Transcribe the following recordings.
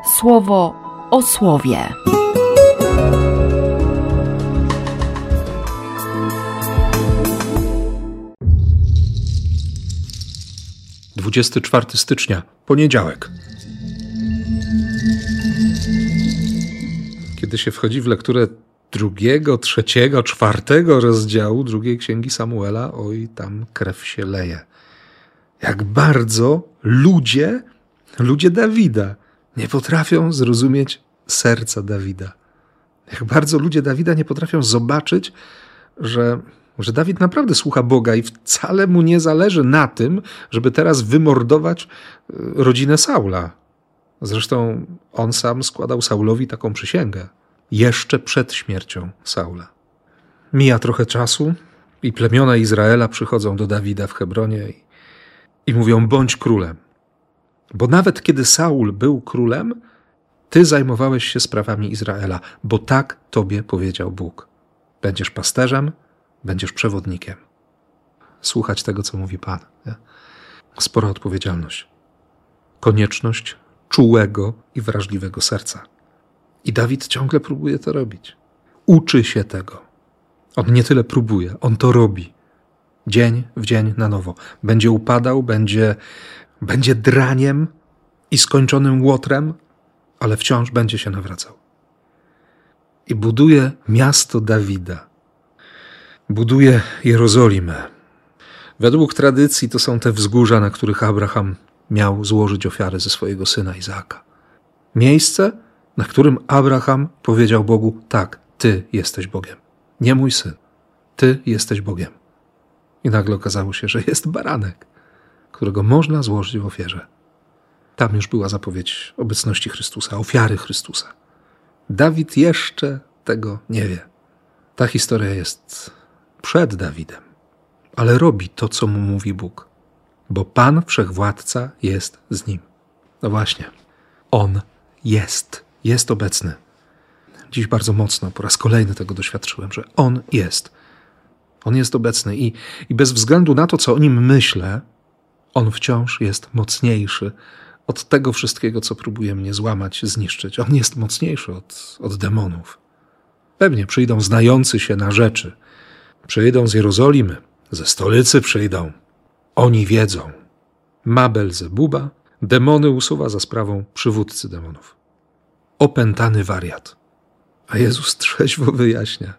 Słowo o słowie. Dwudziesty 24 stycznia, poniedziałek. Kiedy się wchodzi w lekturę 2., 3., 4. rozdziału drugiej księgi Samuela, oj, tam krew się leje. Jak bardzo ludzie Dawida nie potrafią zrozumieć serca Dawida. Jak bardzo ludzie Dawida nie potrafią zobaczyć, że Dawid naprawdę słucha Boga i wcale mu nie zależy na tym, żeby teraz wymordować rodzinę Saula. Zresztą on sam składał Saulowi taką przysięgę. Jeszcze przed śmiercią Saula. Mija trochę czasu i plemiona Izraela przychodzą do Dawida w Hebronie i mówią: bądź królem. Bo nawet kiedy Saul był królem, ty zajmowałeś się sprawami Izraela, bo tak tobie powiedział Bóg. Będziesz pasterzem, będziesz przewodnikiem. Słuchać tego, co mówi Pan. Nie? Spora odpowiedzialność. Konieczność czułego i wrażliwego serca. I Dawid ciągle próbuje to robić. Uczy się tego. On nie tyle próbuje, on to robi. Dzień w dzień na nowo. Będzie upadał, będzie draniem i skończonym łotrem, ale wciąż będzie się nawracał. I buduje miasto Dawida. Buduje Jerozolimę. Według tradycji to są te wzgórza, na których Abraham miał złożyć ofiary ze swojego syna Izaaka. Miejsce, na którym Abraham powiedział Bogu: tak, ty jesteś Bogiem. Nie mój syn. Ty jesteś Bogiem. I nagle okazało się, że jest baranek, którego można złożyć w ofierze. Tam już była zapowiedź obecności Chrystusa, ofiary Chrystusa. Dawid jeszcze tego nie wie. Ta historia jest przed Dawidem, ale robi to, co mu mówi Bóg, bo Pan Wszechwładca jest z nim. No właśnie, On jest obecny. Dziś bardzo mocno, po raz kolejny tego doświadczyłem, że On jest. On jest obecny i bez względu na to, co o Nim myślę, On wciąż jest mocniejszy od tego wszystkiego, co próbuje mnie złamać, zniszczyć. On jest mocniejszy od demonów. Pewnie przyjdą znający się na rzeczy. Przyjdą z Jerozolimy, ze stolicy przyjdą. Oni wiedzą. Ma Belzebuba, demony usuwa za sprawą przywódcy demonów. Opętany wariat. A Jezus trzeźwo wyjaśnia.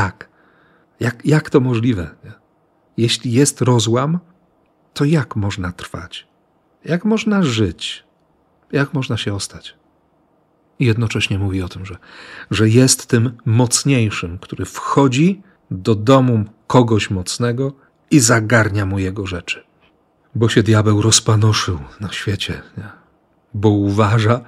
Jak to możliwe? Nie? Jeśli jest rozłam, to jak można trwać? Jak można żyć? Jak można się ostać? I jednocześnie mówi o tym, że jest tym mocniejszym, który wchodzi do domu kogoś mocnego i zagarnia mu jego rzeczy. Bo się diabeł rozpanoszył na świecie, nie? Bo uważa,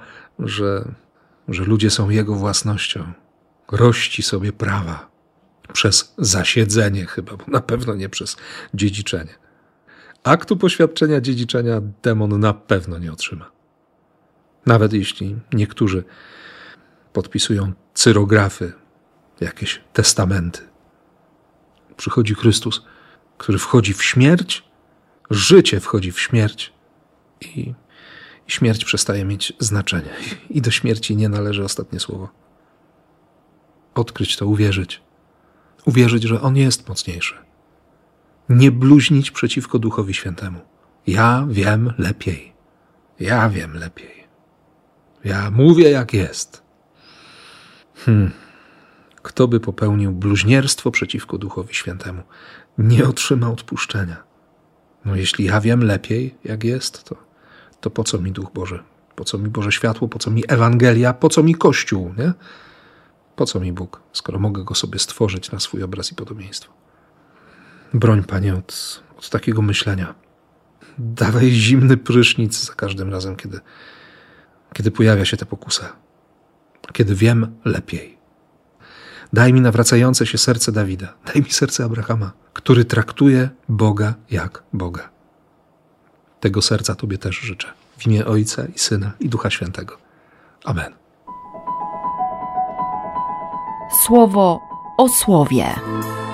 że ludzie są jego własnością. Rości sobie prawa przez zasiedzenie chyba, bo na pewno nie przez dziedziczenie. Aktu poświadczenia dziedziczenia demon na pewno nie otrzyma. Nawet jeśli niektórzy podpisują cyrografy, jakieś testamenty. Przychodzi Chrystus, który wchodzi w śmierć, życie wchodzi w śmierć i śmierć przestaje mieć znaczenie. I do śmierci nie należy ostatnie słowo. Odkryć to, uwierzyć. Uwierzyć, że On jest mocniejszy. Nie bluźnić przeciwko Duchowi Świętemu. Ja wiem lepiej. Ja wiem lepiej. Ja mówię, jak jest. Kto by popełnił bluźnierstwo przeciwko Duchowi Świętemu, nie otrzyma odpuszczenia. No jeśli ja wiem lepiej, jak jest, to po co mi Duch Boży? Po co mi Boże światło? Po co mi Ewangelia? Po co mi Kościół? Nie? Po co mi Bóg, skoro mogę Go sobie stworzyć na swój obraz i podobieństwo? Broń, Panie, od takiego myślenia. Dawaj zimny prysznic za każdym razem, kiedy pojawia się ta pokusa. Kiedy wiem lepiej. Daj mi nawracające się serce Dawida. Daj mi serce Abrahama, który traktuje Boga jak Boga. Tego serca Tobie też życzę. W imię Ojca i Syna i Ducha Świętego. Amen. Słowo o słowie.